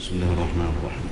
بسم الله الرحمن الرحيم.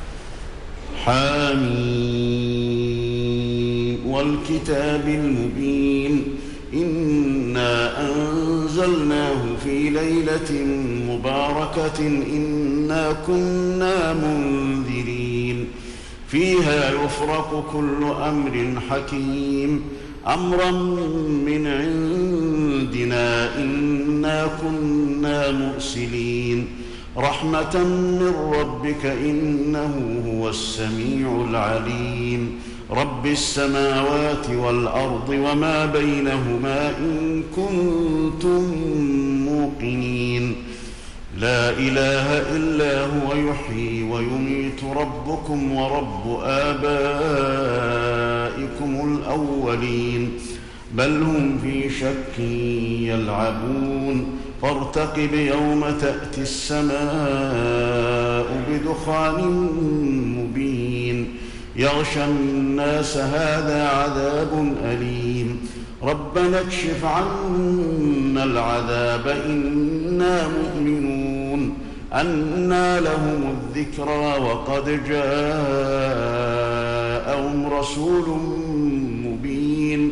حميم والكتاب المبين إنا أنزلناه في ليلة مباركة إنا كنا منذرين فيها يفرق كل أمر حكيم أمرا من عندنا إنا كنا مرسلين رحمة من ربك إنه هو السميع العليم رب السماوات والأرض وما بينهما إن كنتم موقنين لا إله إلا هو يحيي ويميت ربكم ورب آبائكم الأولين بل هم في شك يلعبون فارتقب يوم تأتي السماء بدخان مبين يغشى الناس هذا عذاب أليم ربنا اكشف عنا العذاب إنا مؤمنون أنى لهم الذكرى وقد جاءهم رسول مبين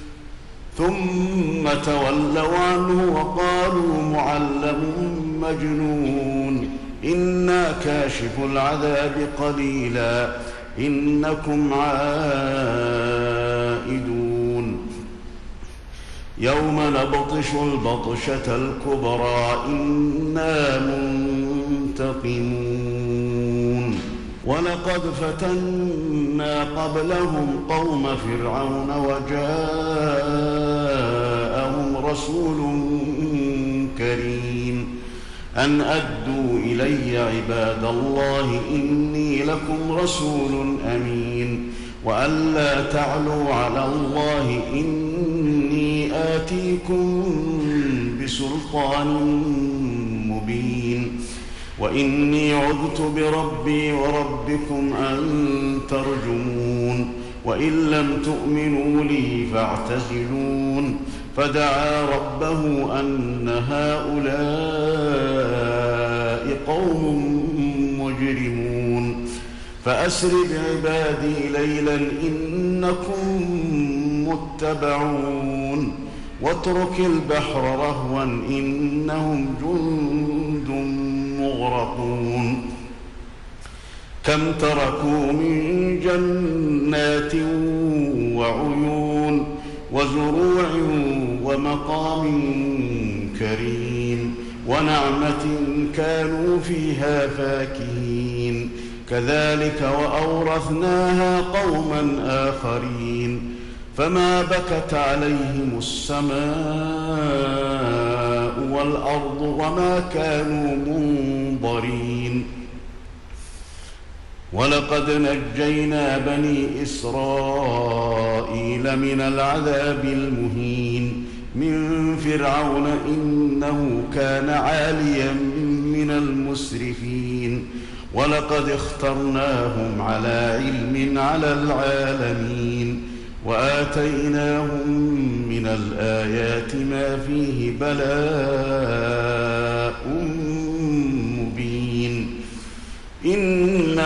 ثم تولوا عنه وقالوا معلم مجنون إنا كاشف العذاب قليلا إنكم عائدون يوم نبطش البطشة الكبرى إنا منتقمون ولقد فتنا قبلهم قوم فرعون وجاءهم رسول كريم أن أدوا إلي عباد الله إني لكم رسول أمين وأن لا تعلوا على الله إني آتيكم بسلطان مبين وإني عذت بربي وربكم أن ترجمون وإن لم تؤمنوا لي فاعتزلون فدعا ربه أن هؤلاء قوم مجرمون فأسر بعبادي ليلا إنكم متبعون واترك البحر رهوا إنهم جند مغرقون كم تركوا من جنات وعيون وزروع ومقام كريم ونعمة كانوا فيها فاكهين كذلك وأورثناها قوما آخرين فما بكت عليهم السماء والأرض وما كانوا منظرين ولقد نجينا بني إسرائيل من العذاب المهين من فرعون إنه كان عاليا من المسرفين ولقد اخترناهم على علم على العالمين وآتيناهم من الآيات ما فيه بلاء مبين إن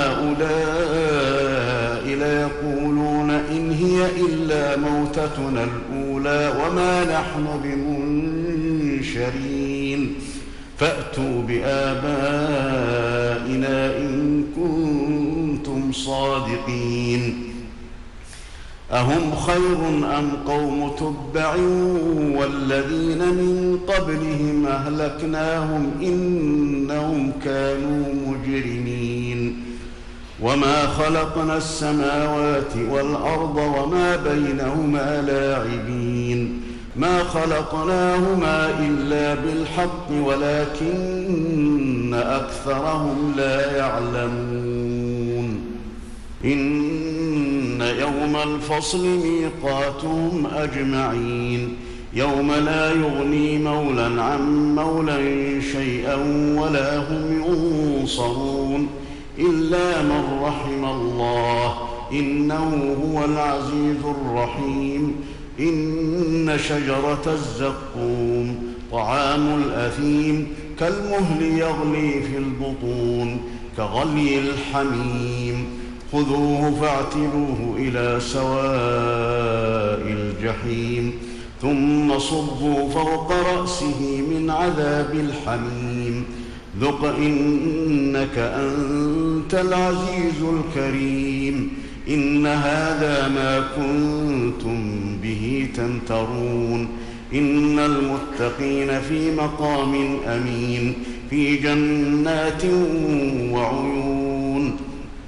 هؤلاء ليقولون إن هي إلا موتتنا الأولى وما نحن بمنشرين فأتوا بآبائنا إن كنتم صادقين أهم خير أم قوم تبع والذين من قبلهم أهلكناهم إنهم كانوا مجرمين وما خلقنا السماوات والأرض وما بينهما لاعبين ما خلقناهما إلا بالحق ولكن أكثرهم لا يعلمون إن يوم الفصل ميقاتهم أجمعين يوم لا يغني مولى عن مولى شيئا ولا هم ينصرون إلا من رحم الله إنه هو العزيز الرحيم إن شجرة الزقوم طعام الأثيم كالمهل يغلي في البطون كغلي الحميم خذوه فاعتلوه إلى سواء الجحيم ثم صبوا فوق رأسه من عذاب الحميم ذق إنك أنت العزيز الكريم إن هذا ما كنتم به تمترون إن المتقين في مقام أمين في جنات وعيون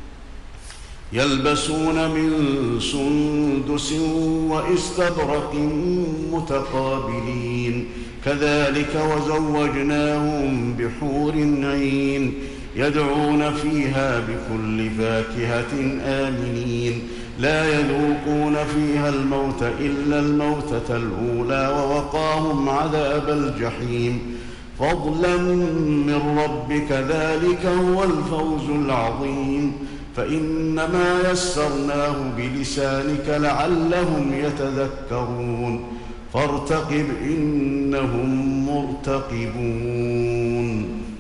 يلبسون من سندس وإستبرق متقابلين كذلك وزوجناهم بحور عين يدعون فيها بكل فاكهة آمنين لا يذوقون فيها الموت إلا الموتة الأولى ووقاهم عذاب الجحيم فضلا من ربك ذلك هو الفوز العظيم فإنما يسرناه بلسانك لعلهم يتذكرون فارتقب إنهم مرتقبون